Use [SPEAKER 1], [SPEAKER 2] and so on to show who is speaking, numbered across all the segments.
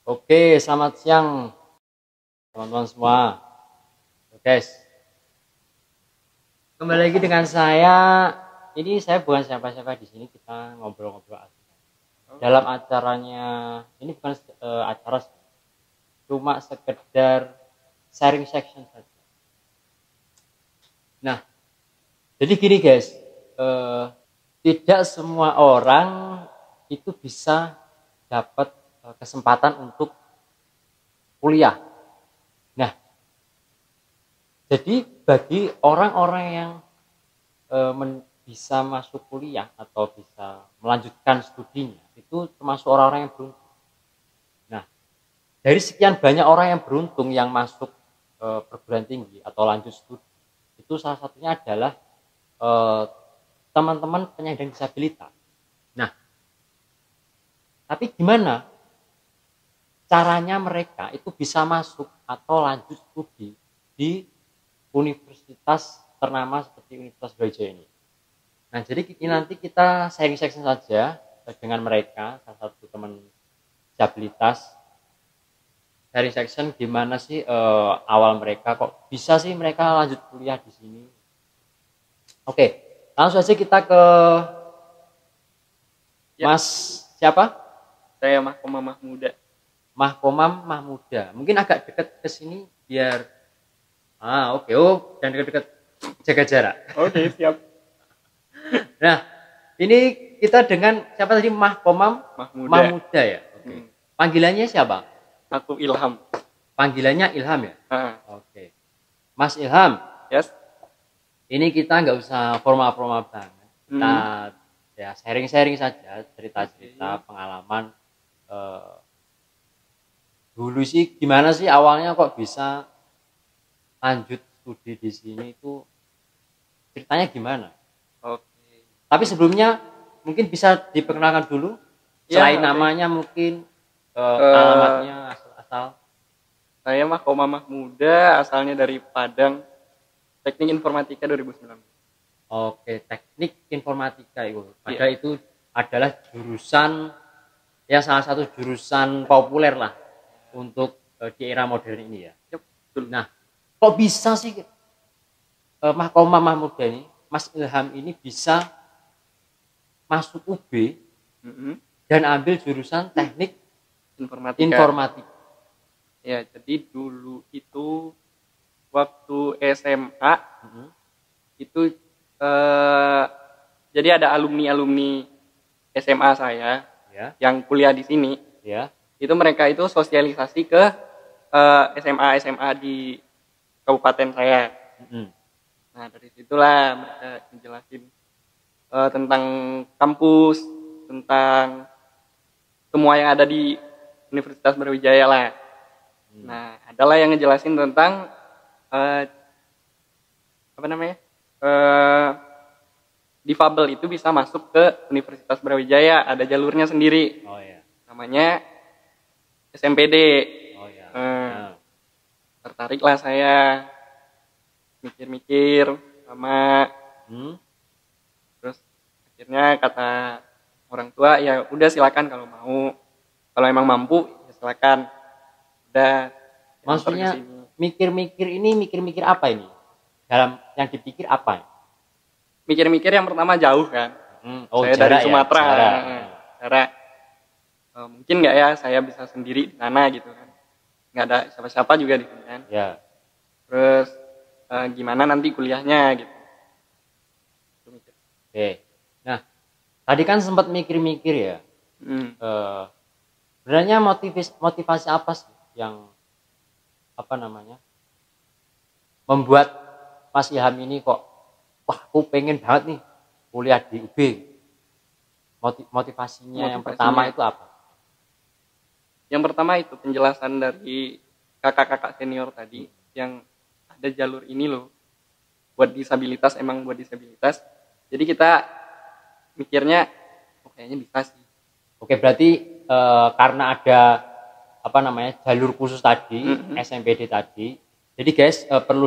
[SPEAKER 1] Oke, selamat siang teman-teman semua. Guys, kembali lagi dengan saya. Ini saya bukan siapa-siapa di sini, kita ngobrol-ngobrol aja. Dalam acaranya, ini bukan acara, cuma sekedar sharing section saja. Nah, jadi gini guys, tidak semua orang itu bisa dapat kesempatan untuk kuliah. Nah, jadi bagi orang-orang yang bisa masuk kuliah atau bisa melanjutkan studinya, itu termasuk orang-orang yang beruntung. Nah, dari sekian banyak orang yang beruntung yang masuk perguruan tinggi atau lanjut studi, itu salah satunya adalah teman-teman penyandang disabilitas. Nah, tapi gimana caranya mereka itu bisa masuk atau lanjut studi di universitas ternama seperti Universitas Brawijaya ini? Nah, jadi nanti kita sharing section saja dengan mereka, salah satu teman disabilitas. Sharing section gimana sih awal mereka kok bisa sih mereka lanjut kuliah di sini. Oke, langsung saja kita ke Mas siapa?
[SPEAKER 2] Saya Mahkomam Mahmuda.
[SPEAKER 1] Mahkomam Mahmuda. Mungkin agak dekat ke sini biar oke. Dan dekat-dekat, jaga jarak.
[SPEAKER 2] Oke, siap.
[SPEAKER 1] Nah, ini kita dengan siapa tadi? Mahkomam Mahmuda ya. Oke. Panggilannya siapa?
[SPEAKER 2] Aku Ilham.
[SPEAKER 1] Panggilannya Ilham ya. Oke. Mas Ilham.
[SPEAKER 2] Yes.
[SPEAKER 1] Ini kita nggak usah formal-formal banget. Kita ya sharing-sharing saja, cerita-cerita pengalaman. Dulu sih gimana sih awalnya kok bisa lanjut studi di sini, itu ceritanya gimana?
[SPEAKER 2] Oke.
[SPEAKER 1] Tapi sebelumnya mungkin bisa diperkenalkan dulu, selain namanya mungkin alamatnya asal.
[SPEAKER 2] Saya Mahkomam Mahmuda, asalnya dari Padang, Teknik Informatika 2019.
[SPEAKER 1] Oke, Teknik Informatika itu. Padahal itu adalah jurusan ya salah satu jurusan populer lah untuk di era modern ini ya.
[SPEAKER 2] Betul.
[SPEAKER 1] Nah, kok bisa sih Mahkomam Mahmuda ini, Mas Ilham ini bisa masuk UB dan ambil jurusan Teknik Informatika.
[SPEAKER 2] Ya, jadi dulu itu waktu SMA itu jadi ada alumni SMA saya yang kuliah di sini. Itu mereka itu sosialisasi ke SMA di kabupaten saya. Nah, dari situlah mereka menjelasin tentang kampus, tentang semua yang ada di Universitas Brawijaya lah. Nah, adalah yang ngejelasin tentang difabel itu bisa masuk ke Universitas Brawijaya, ada jalurnya sendiri. Namanya SMPD. Tertariklah saya, mikir-mikir sama terus akhirnya kata orang tua, ya udah silakan kalau mau, kalau emang mampu ya silakan. Udah.
[SPEAKER 1] Maksudnya mikir-mikir ini, mikir-mikir apa ini? Dalam yang dipikir apa?
[SPEAKER 2] Mikir-mikir yang pertama jauh kan. Saya dari Sumatera. Jarak. Mungkin nggak ya saya bisa sendiri di sana gitu kan. Nggak ada siapa-siapa juga di sini kan. Terus gimana nanti kuliahnya gitu.
[SPEAKER 1] Oke. Nah, tadi kan sempat mikir-mikir ya. Sebenarnya motivasi apa sih yang membuat Mas Ilham ini kok aku pengen banget nih kuliah di UB? Motivasinya yang pertama itu apa?
[SPEAKER 2] Yang pertama itu penjelasan dari kakak-kakak senior tadi, yang ada jalur ini loh buat disabilitas, emang buat disabilitas. Jadi kita mikirnya kayaknya bisa sih.
[SPEAKER 1] Oke, berarti karena ada jalur khusus tadi, SMPD tadi. Jadi guys, perlu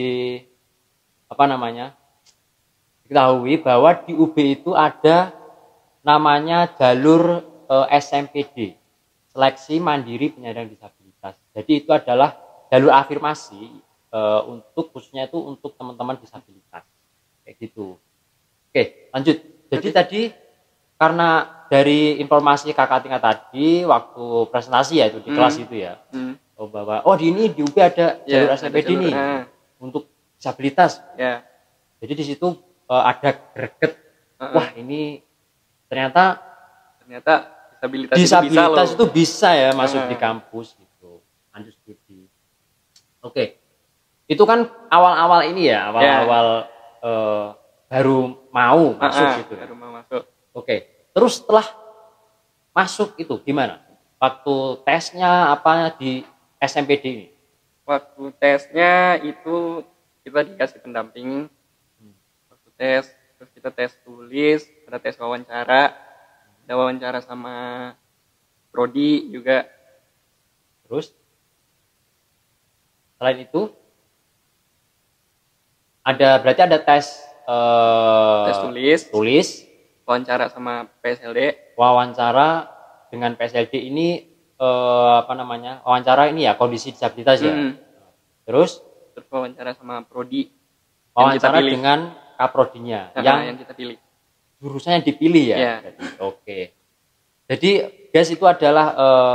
[SPEAKER 1] diketahui bahwa di UB itu ada namanya jalur SMPD, seleksi mandiri penyandang disabilitas. Jadi itu adalah jalur afirmasi untuk khususnya itu untuk teman-teman disabilitas. Kayak gitu. Oke, lanjut. Jadi tadi karena dari informasi Kakak Tingkat tadi waktu presentasi ya itu di kelas itu ya. Bahwa di ini di UB ada jalur SMPD nih untuk disabilitas. Jadi di situ ada greget. Wah, ini ternyata disabilitas itu bisa ya masuk di kampus gitu. Lanjut studi. Oke. Itu kan awal-awal ini ya, awal-awal baru mau masuk gitu.
[SPEAKER 2] Baru mau masuk.
[SPEAKER 1] Oke. Terus setelah masuk itu gimana? Waktu tesnya apa di SMPD ini?
[SPEAKER 2] Waktu tesnya itu kita dikasih pendamping. Waktu tes, terus kita tes tulis, ada tes wawancara, ada wawancara sama prodi juga.
[SPEAKER 1] Terus selain itu berarti ada tes tulis,
[SPEAKER 2] wawancara sama PSLD.
[SPEAKER 1] Wawancara dengan PSLD ini wawancara ini ya kondisi disabilitas ya. Terus
[SPEAKER 2] wawancara sama prodi.
[SPEAKER 1] Wawancara dengan kaprodinya
[SPEAKER 2] yang kita pilih.
[SPEAKER 1] Jurusan yang dipilih ya. Oke. Jadi guys itu adalah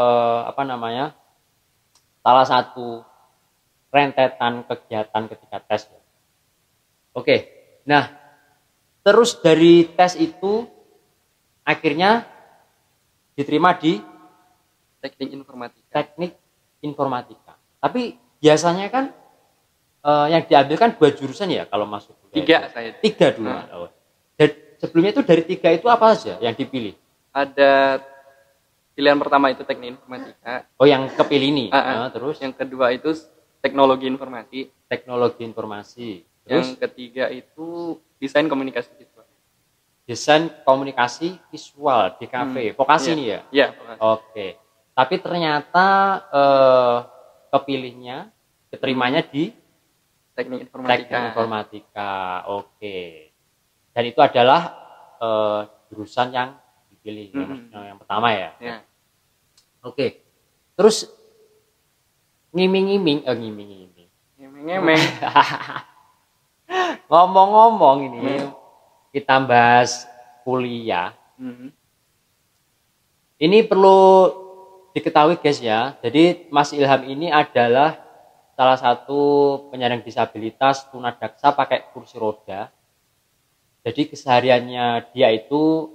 [SPEAKER 1] salah satu rentetan kegiatan ketika tes. Oke. Nah, terus dari tes itu akhirnya diterima di
[SPEAKER 2] teknik
[SPEAKER 1] informatika. Tapi biasanya kan yang diambil kan 2 jurusan ya kalau masuk kuliah. 3 dulu. Dan sebelumnya itu dari 3 itu apa saja yang dipilih?
[SPEAKER 2] Ada pilihan pertama itu teknik informatika.
[SPEAKER 1] Oh, yang kepilih ini. Terus
[SPEAKER 2] yang kedua itu teknologi informasi.
[SPEAKER 1] Terus
[SPEAKER 2] yang ketiga itu desain komunikasi visual.
[SPEAKER 1] Desain komunikasi visual di kafe. Vokasi ini ya?
[SPEAKER 2] Iya, vokasi.
[SPEAKER 1] Oke. Tapi ternyata keterimanya di
[SPEAKER 2] teknik
[SPEAKER 1] informatika. Oke. Dan itu adalah jurusan yang dipilih yang pertama ya. Oke. Terus ngiming-ngiming. Ngomong-ngomong ini kita bahas kuliah. Ini perlu diketahui guys ya. Jadi Mas Ilham ini adalah salah satu penyandang disabilitas tunadaksa pakai kursi roda. Jadi kesehariannya dia itu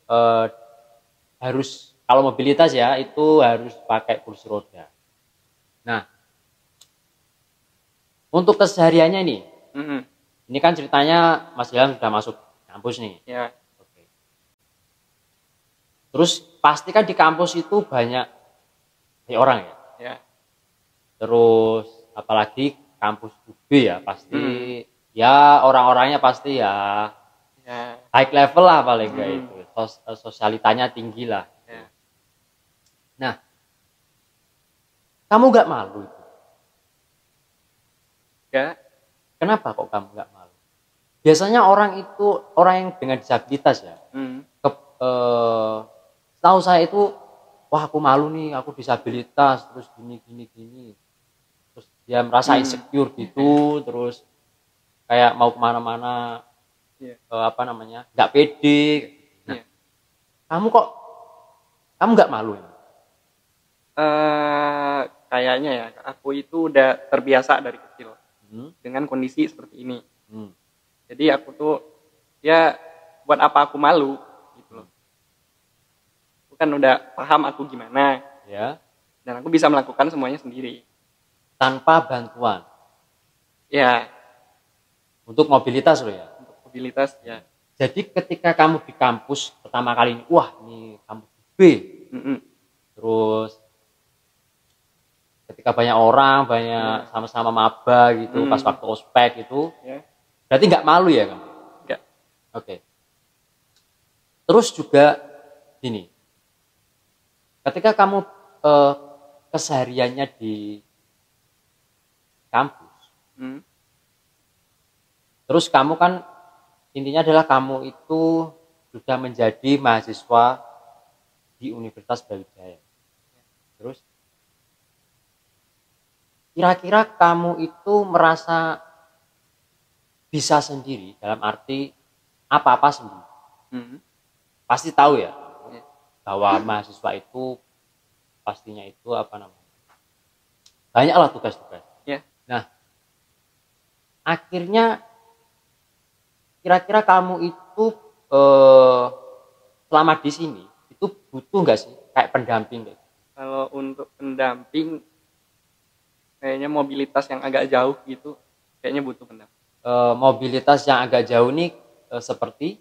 [SPEAKER 1] harus kalau mobilitas ya itu harus pakai kursi roda. Nah, untuk kesehariannya nih, ini kan ceritanya Mas Ilham sudah masuk kampus nih.
[SPEAKER 2] Ya.
[SPEAKER 1] Oke. Terus pasti kan di kampus itu banyak orang ya.
[SPEAKER 2] Ya.
[SPEAKER 1] Terus apalagi kampus UB ya pasti ya orang-orangnya pasti ya high level lah paling enggak itu. Sosialitanya tinggi lah.
[SPEAKER 2] Ya.
[SPEAKER 1] Nah, kamu nggak malu itu?
[SPEAKER 2] Enggak.
[SPEAKER 1] Kenapa kok kamu nggak malu? Biasanya orang yang dengan disabilitas ya, setahu saya itu, wah aku malu nih, aku disabilitas, terus gini, terus dia merasa insecure gitu, terus kayak mau kemana-mana, nggak pede. Nah, kamu nggak malu ya?
[SPEAKER 2] Kayaknya ya, aku itu udah terbiasa dari kecil dengan kondisi seperti ini. Jadi aku tuh ya buat apa aku malu gitu loh. Aku kan udah paham aku gimana
[SPEAKER 1] ya,
[SPEAKER 2] dan aku bisa melakukan semuanya sendiri
[SPEAKER 1] tanpa bantuan.
[SPEAKER 2] Ya.
[SPEAKER 1] Untuk mobilitas loh ya.
[SPEAKER 2] Untuk mobilitas ya.
[SPEAKER 1] Jadi ketika kamu di kampus pertama kali ini, wah ini kampus B. Terus ketika banyak orang, sama-sama maba gitu, pas waktu ospek itu, berarti nggak malu ya kamu?
[SPEAKER 2] Nggak.
[SPEAKER 1] Oke. Terus juga gini, ketika kamu kesehariannya di kampus, terus kamu kan intinya adalah kamu itu sudah menjadi mahasiswa di Universitas Brawijaya. terus kira-kira kamu itu merasa bisa sendiri dalam arti apa-apa sendiri. Pasti tahu ya bahwa mahasiswa itu pastinya itu apa namanya, banyaklah tugas-tugas. Nah, akhirnya kira-kira kamu itu selama di sini itu butuh nggak sih kayak pendamping gitu?
[SPEAKER 2] Kalau untuk pendamping kayaknya mobilitas yang agak jauh gitu kayaknya butuh pendamping.
[SPEAKER 1] Mobilitas yang agak jauh nih seperti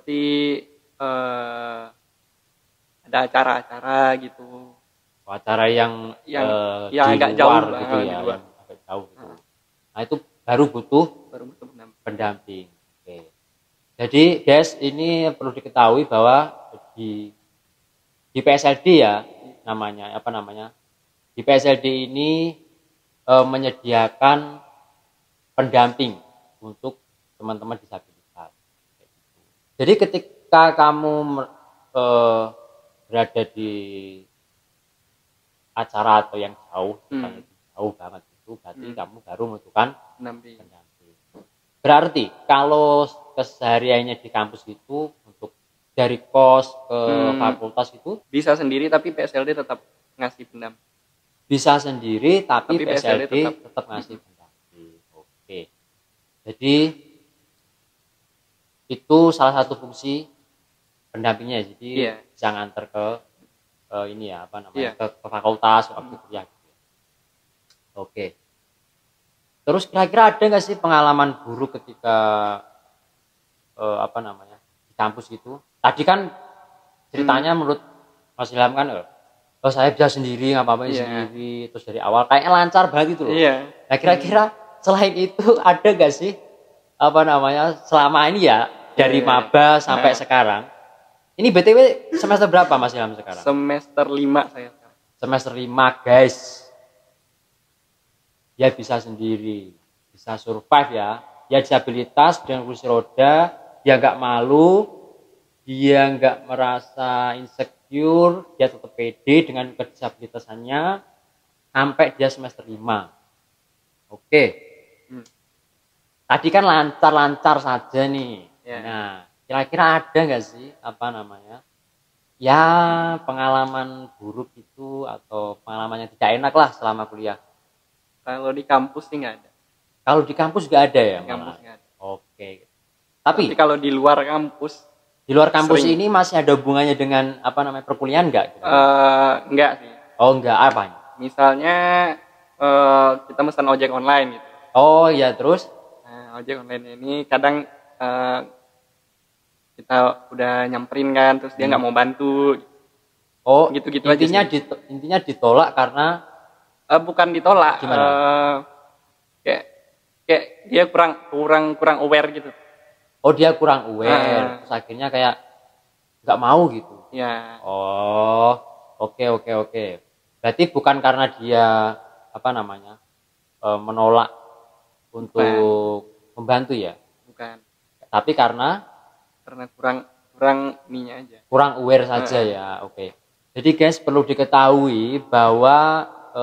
[SPEAKER 2] ada acara-acara gitu.
[SPEAKER 1] Acara yang
[SPEAKER 2] di agak
[SPEAKER 1] luar
[SPEAKER 2] jauh
[SPEAKER 1] gitu ya,
[SPEAKER 2] luar.
[SPEAKER 1] yang agak jauh gitu. Nah, itu baru butuh
[SPEAKER 2] pendamping.
[SPEAKER 1] Oke. Jadi guys, ini perlu diketahui bahwa di PSLD ya namanya apa namanya? Di PSLD ini menyediakan pendamping untuk teman-teman disabilitas. Jadi ketika kamu berada di acara atau yang jauh, jauh banget itu, berarti kamu baru membutuhkan pendamping. Berarti kalau kesehariannya di kampus itu untuk dari kos ke fakultas itu
[SPEAKER 2] bisa sendiri, tapi PSLD tetap ngasih pendamping.
[SPEAKER 1] Bisa sendiri tapi PSLD tetap ngasih pendamping. Oke. Jadi itu salah satu fungsi pendampingnya. Jadi bisa nganter ke ini ya apa namanya ke fakultas waktu kuliah. Oke. Terus kira-kira ada nggak sih pengalaman buruk ketika apa namanya di kampus gitu? Tadi kan ceritanya menurut Mas Ilham kan, oh saya bisa sendiri ngapain sendiri, terus dari awal kayaknya lancar banget itu loh. Nah kira-kira selain itu ada nggak sih apa namanya selama ini ya dari maba sampai sekarang? Ini BTW semester berapa Mas Ilham sekarang?
[SPEAKER 2] Semester 5 saya sekarang.
[SPEAKER 1] Semester 5 guys. Dia bisa sendiri, bisa survive ya. Dia disabilitas dengan kursi roda, dia nggak malu, dia nggak merasa insecure, dia tetap pede dengan kedisabilitasannya sampai dia semester 5. Oke. Tadi kan lancar-lancar saja nih. Nah, kira-kira ada nggak sih apa namanya ya pengalaman buruk itu atau pengalaman yang tidak enak lah selama kuliah?
[SPEAKER 2] Kalau di kampus sih nggak ada.
[SPEAKER 1] Kalau di kampus nggak ada ya?
[SPEAKER 2] Di kampus nggak ada.
[SPEAKER 1] Oke. Tapi
[SPEAKER 2] kalau di luar kampus?
[SPEAKER 1] Di luar kampus ini masih ada hubungannya dengan apa namanya perkuliahan nggak?
[SPEAKER 2] Nggak sih.
[SPEAKER 1] Oh nggak, apa?
[SPEAKER 2] Misalnya kita pesan ojek online gitu.
[SPEAKER 1] Oh iya, terus?
[SPEAKER 2] Nah, ojek online ini kadang kita udah nyamperin kan, terus dia nggak mau bantu.
[SPEAKER 1] Oh, gitu-gitu intinya aja sih. Intinya ditolak karena
[SPEAKER 2] bukan ditolak.
[SPEAKER 1] Gimana?
[SPEAKER 2] Kayak dia kurang aware gitu.
[SPEAKER 1] Oh, dia kurang aware. Terus akhirnya kayak nggak mau gitu.
[SPEAKER 2] Ya.
[SPEAKER 1] Oh, oke. Berarti bukan karena dia apa namanya menolak untuk membantu ya?
[SPEAKER 2] Bukan.
[SPEAKER 1] Tapi karena
[SPEAKER 2] kurang ininya aja.
[SPEAKER 1] Kurang aware saja ya. Oke. Jadi guys, perlu diketahui bahwa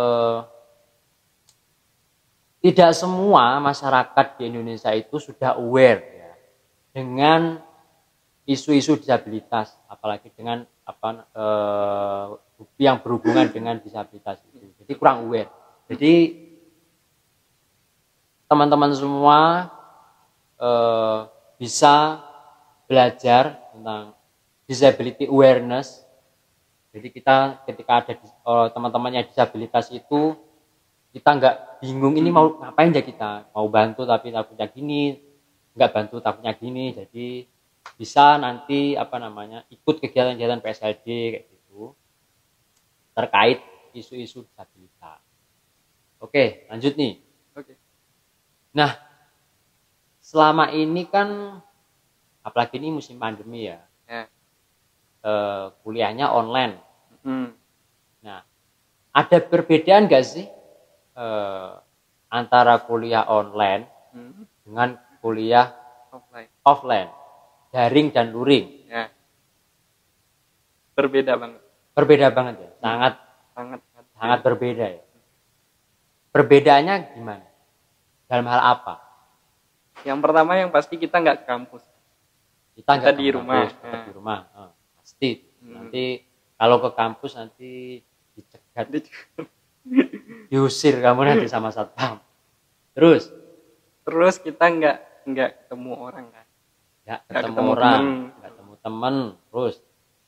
[SPEAKER 1] tidak semua masyarakat di Indonesia itu sudah aware ya dengan isu-isu disabilitas, apalagi dengan apa yang berhubungan dengan disabilitas itu. Jadi kurang aware. Jadi teman-teman semua bisa belajar tentang disability awareness. Jadi kita ketika ada teman-temannya disabilitas itu kita nggak bingung ini mau ngapain ya, kita mau bantu tapi takutnya gini, nggak bantu takutnya gini. Jadi bisa nanti apa namanya ikut kegiatan-kegiatan PSLD kayak gitu terkait isu-isu disabilitas. Oke, lanjut nih.
[SPEAKER 2] Oke.
[SPEAKER 1] Nah, selama ini kan apalagi ini musim pandemi ya. Kuliahnya online. Nah, ada perbedaan nggak sih antara kuliah online dengan kuliah offline, daring dan luring?
[SPEAKER 2] Ya. Berbeda banget.
[SPEAKER 1] Berbeda banget ya, sangat Sangat berbeda ya. Perbedaannya gimana? Dalam hal apa?
[SPEAKER 2] Yang pertama yang pasti kita nggak ke kampus.
[SPEAKER 1] Kita
[SPEAKER 2] di rumah.
[SPEAKER 1] Tetap di rumah. Pasti. Nanti kalau ke kampus nanti dicegat. Diusir kamu nanti sama satpam. Terus
[SPEAKER 2] kita nggak ketemu orang kan?
[SPEAKER 1] Nggak ketemu orang, nggak ketemu temen, terus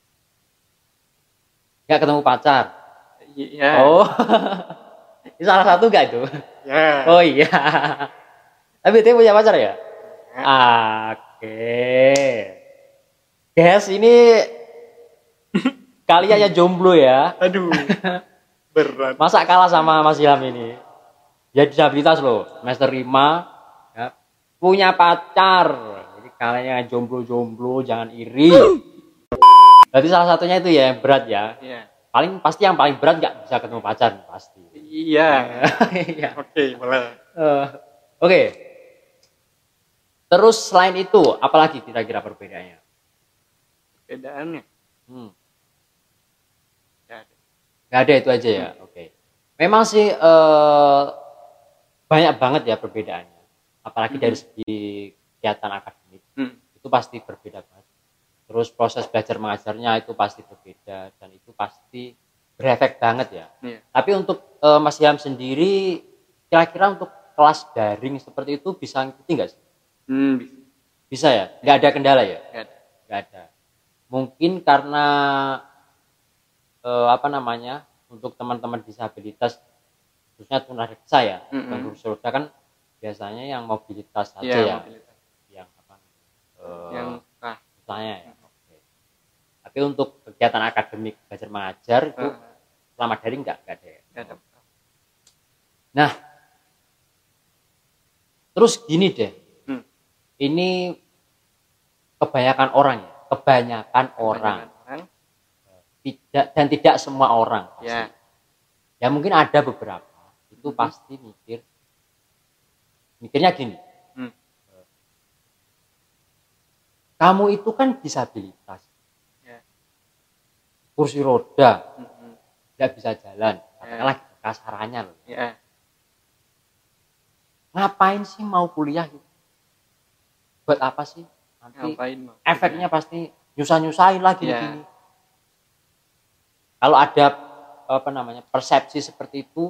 [SPEAKER 1] nggak ketemu pacar.
[SPEAKER 2] Iya.
[SPEAKER 1] Oh, ini salah satu nggak itu?
[SPEAKER 2] Ya.
[SPEAKER 1] Oh iya. Tapi dia punya pacar ya? Oke. Guys, ini kalian ya jomblo ya.
[SPEAKER 2] Aduh. Berat.
[SPEAKER 1] Masa kalah sama Mas Ilham ini? Dia disabilitas loh, semester 5 ya, punya pacar. Jadi kalian yang jomblo-jomblo jangan iri. Berarti salah satunya itu ya yang berat ya.
[SPEAKER 2] Iya.
[SPEAKER 1] Yang paling berat nggak bisa ketemu pacar pasti.
[SPEAKER 2] Iya.
[SPEAKER 1] Iya.
[SPEAKER 2] Oke, boleh.
[SPEAKER 1] Oke. Terus selain itu, apalagi kira-kira perbedaannya?
[SPEAKER 2] Perbedaannya?
[SPEAKER 1] Nggak ada itu aja ya. Oke. Memang sih banyak banget ya perbedaannya. Apalagi dari segi kegiatan akademik. Itu pasti berbeda banget. Terus proses belajar mengajarnya itu pasti berbeda dan itu pasti berefek banget ya.
[SPEAKER 2] Iya.
[SPEAKER 1] Tapi untuk Mas Ilham sendiri, kira-kira untuk kelas daring seperti itu bisa ngikuti nggak sih? Bisa ya? Nggak ada kendala ya? Nggak ada. Mungkin karena untuk teman-teman disabilitas, khususnya tunanetra ya, kursi roda kan biasanya yang mobilitas saja ya.
[SPEAKER 2] Mobilitas.
[SPEAKER 1] Yang misalnya ya. Okay. Tapi untuk kegiatan akademik belajar mengajar itu selama daring nggak ada ya. Nah, terus gini deh. Ini kebanyakan orang tidak semua orang pasti. Ya mungkin ada beberapa itu pasti mikirnya gini. Kamu itu kan disabilitas, kursi roda, nggak bisa jalan, katakanlah kasarannya loh. Ngapain sih mau kuliah? Buat apa sih? Nanti efeknya pasti nyusahin lagi gini. Kalau ada persepsi seperti itu,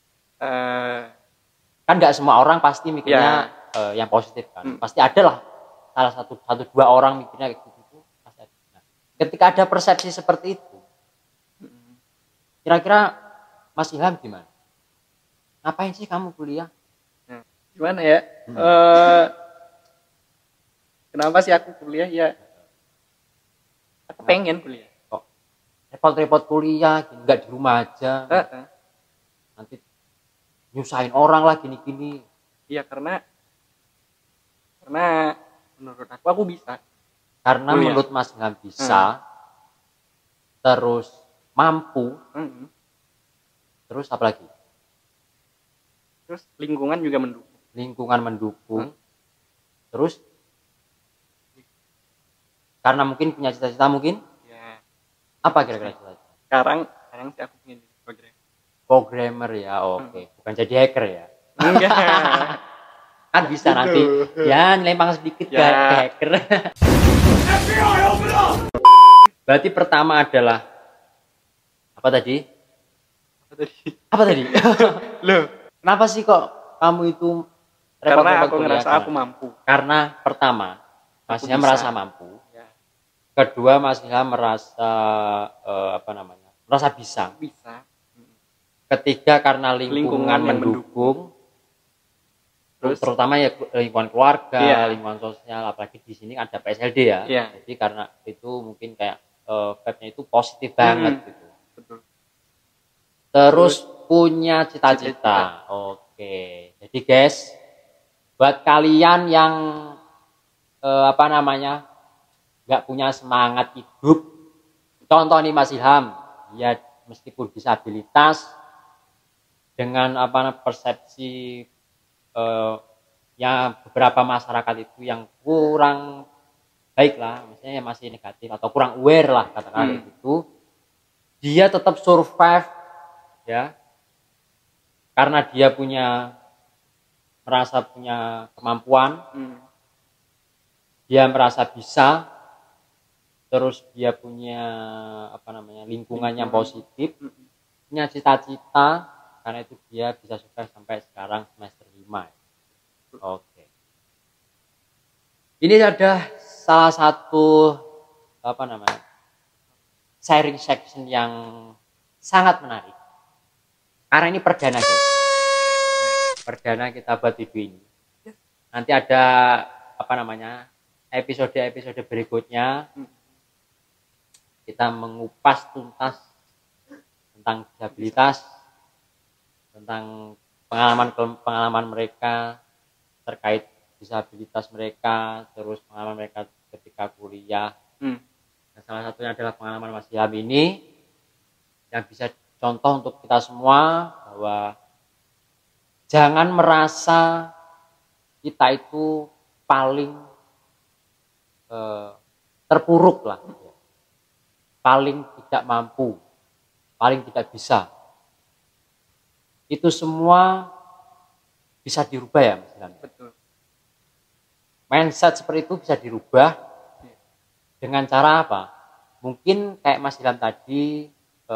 [SPEAKER 1] kan nggak semua orang pasti mikirnya yang positif kan. Pasti ada lah salah satu dua orang mikirnya kayak gitu. Pasti ada. Nah, ketika ada persepsi seperti itu, kira-kira Mas Ilham gimana? Ngapain sih kamu kuliah?
[SPEAKER 2] Gimana ya? Kenapa sih aku kuliah ya? Aku pengen kuliah.
[SPEAKER 1] Kok repot-repot kuliah, nggak di rumah aja. Nanti nyusahin orang lah gini-gini.
[SPEAKER 2] Iya, karena menurut aku bisa.
[SPEAKER 1] Karena kuliah. Menurut Mas Ilham bisa. Terus mampu. Terus apa lagi?
[SPEAKER 2] Terus lingkungan juga
[SPEAKER 1] mendukung. Terus karena mungkin punya cita-cita mungkin?
[SPEAKER 2] Ya.
[SPEAKER 1] Apa kira-kira cita-cita?
[SPEAKER 2] Sekarang sih aku ingin jadi
[SPEAKER 1] programmer ya, oke. Bukan jadi hacker ya?
[SPEAKER 2] Enggak.
[SPEAKER 1] Kan bisa nanti. Ya, nilai sedikit ke hacker. FBI, open up! Berarti pertama adalah apa tadi?
[SPEAKER 2] Loh,
[SPEAKER 1] kenapa sih kok kamu itu
[SPEAKER 2] karena aku ngerasa aku mampu.
[SPEAKER 1] Karena pertama, Mas Ilham merasa mampu. Kedua, Mas Ilham merasa merasa bisa. Ketiga, karena lingkungan mendukung. Terus terutama ya lingkungan keluarga, lingkungan sosial, apalagi di sini ada PSLD ya. Jadi karena itu mungkin kayak vibe-nya itu positif banget gitu.
[SPEAKER 2] Betul.
[SPEAKER 1] Terus punya cita-cita. Oke. Jadi guys, buat kalian yang nggak punya semangat hidup, contoh nih Mas Ilham, ya meskipun disabilitas dengan persepsi ya beberapa masyarakat itu yang kurang baik lah, maksudnya masih negatif atau kurang aware lah katakan gitu, dia tetap survive ya, karena dia merasa punya kemampuan, dia merasa bisa, terus dia punya lingkungan yang positif, punya cita-cita, karena itu dia bisa sukses sampai sekarang semester 5. Oke. Ini ada salah satu sharing section yang sangat menarik. Karena ini perdana, guys. Perdana kita buat video ini. Nanti ada episode-episode berikutnya kita mengupas tuntas tentang disabilitas, tentang pengalaman mereka terkait disabilitas mereka, terus pengalaman mereka ketika kuliah. Nah, salah satunya adalah pengalaman Mas Ilham ini yang bisa contoh untuk kita semua bahwa jangan merasa kita itu paling terpuruk lah, paling tidak mampu, paling tidak bisa. Itu semua bisa dirubah ya Mas Ilham.
[SPEAKER 2] Betul.
[SPEAKER 1] Mindset seperti itu bisa dirubah dengan cara apa? Mungkin kayak Mas Ilham tadi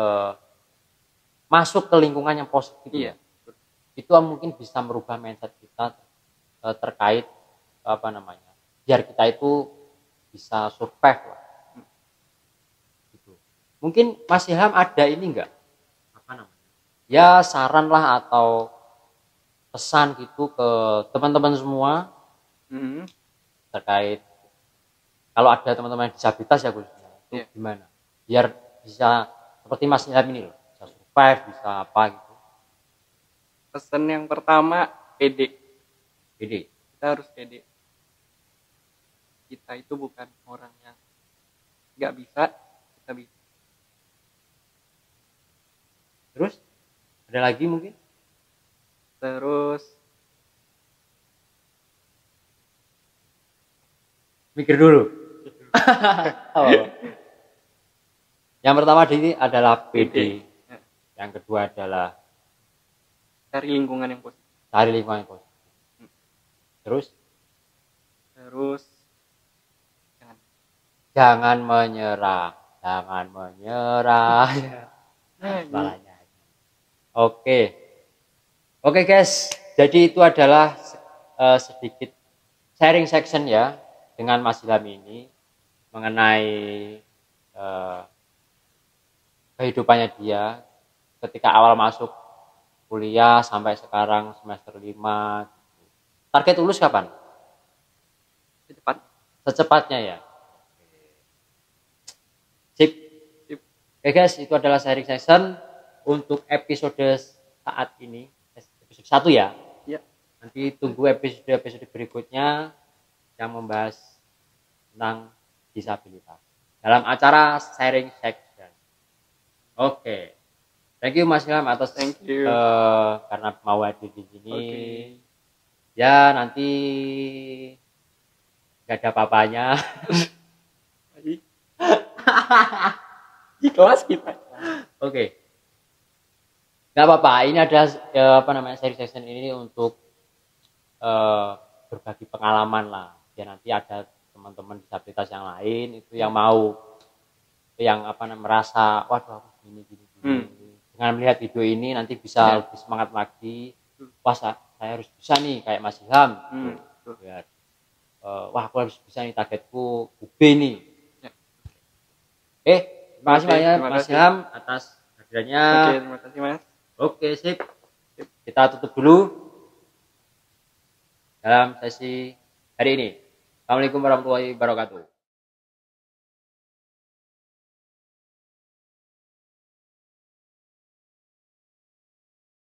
[SPEAKER 1] masuk ke lingkungan yang positif.
[SPEAKER 2] Iya.
[SPEAKER 1] Itu mungkin bisa merubah mindset kita terkait biar kita itu bisa survive lah. Gitu. Mungkin Mas Ilham ada ini enggak? Ya saran lah atau pesan gitu ke teman-teman semua terkait kalau ada teman-teman disabilitas ya khususnya itu gimana biar bisa seperti Mas Ilham ini loh, bisa survive, bisa apa gitu.
[SPEAKER 2] Pesan yang pertama, pede. Kita harus pede. Kita itu bukan orang yang nggak bisa, kita bisa.
[SPEAKER 1] Terus ada lagi mungkin?
[SPEAKER 2] Terus
[SPEAKER 1] mikir dulu. Yang pertama ini adalah PD. Yang kedua adalah
[SPEAKER 2] cari lingkungan yang positif.
[SPEAKER 1] Terus jangan menyerah. Balanya. Oke guys, jadi itu adalah sedikit sharing section ya dengan Mas Ilham ini mengenai kehidupannya dia ketika awal masuk kuliah sampai sekarang semester 5. Target lulus kapan? Secepatnya ya. Sip. Oke guys, itu adalah sharing session untuk episode saat ini, episode 1 ya.
[SPEAKER 2] Iya.
[SPEAKER 1] Nanti tunggu episode berikutnya yang membahas tentang disabilitas dalam acara sharing section. Oke. Thank you Mas Ilham atas karena mau hadir di sini. Ya nanti nggak ada apa-apanya.
[SPEAKER 2] Di kelas kita.
[SPEAKER 1] Oke. Nggak apa-apa. Ini ada sharing session ini untuk berbagi pengalaman lah. Ya nanti ada teman-teman disabilitas yang lain itu yang mau merasa waduh aku gini. Dengan melihat video ini nanti bisa lebih semangat lagi. Wah saya harus bisa nih kayak Mas Ilham. Biar wah aku harus bisa nih, targetku UB nih. Terima kasih banyak Mas Ilham atas hadirannya.
[SPEAKER 2] Terima kasih Mas.
[SPEAKER 1] Oke, sip. Kita tutup dulu dalam sesi hari ini. Assalamualaikum warahmatullahi wabarakatuh.